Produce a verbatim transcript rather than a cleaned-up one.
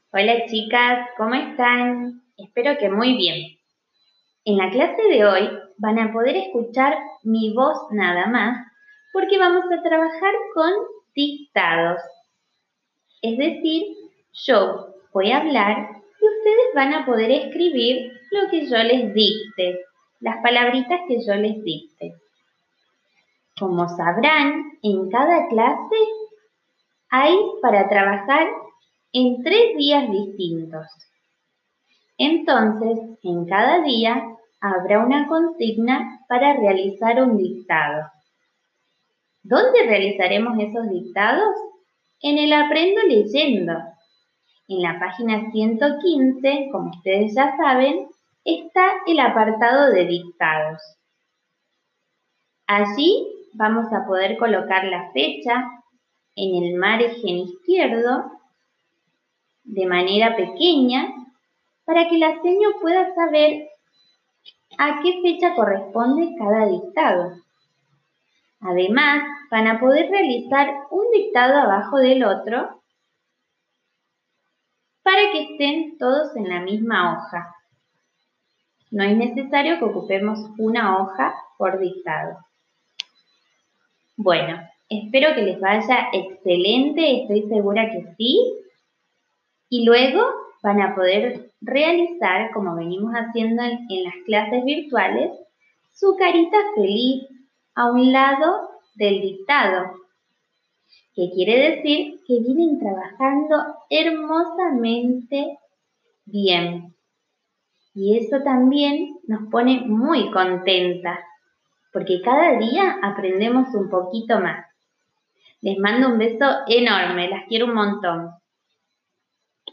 Hola chicas, ¿cómo están? Espero que muy bien. En la clase de hoy van a poder escuchar mi voz nada más porque vamos a trabajar con dictados. Es decir, yo voy a hablar y ustedes van a poder escribir lo que yo les dicte, las palabritas que yo les dicte. Como sabrán, en cada clase hay para trabajar en tres días distintos. Entonces, en cada día habrá una consigna para realizar un dictado. ¿Dónde realizaremos esos dictados? En el Aprendo Leyendo. En la página ciento quince, como ustedes ya saben, está el apartado de dictados. Allí vamos a poder colocar la fecha en el margen izquierdo de manera pequeña para que la seño pueda saber a qué fecha corresponde cada dictado. Además, van a poder realizar un dictado abajo del otro para que estén todos en la misma hoja. No es necesario que ocupemos una hoja por dictado. Bueno, espero que les vaya excelente, estoy segura que sí. Y luego van a poder realizar, como venimos haciendo en, en las clases virtuales, su carita feliz a un lado del dictado, que quiere decir que vienen trabajando hermosamente bien. Y eso también nos pone muy contentas, porque cada día aprendemos un poquito más. Les mando un beso enorme, las quiero un montón.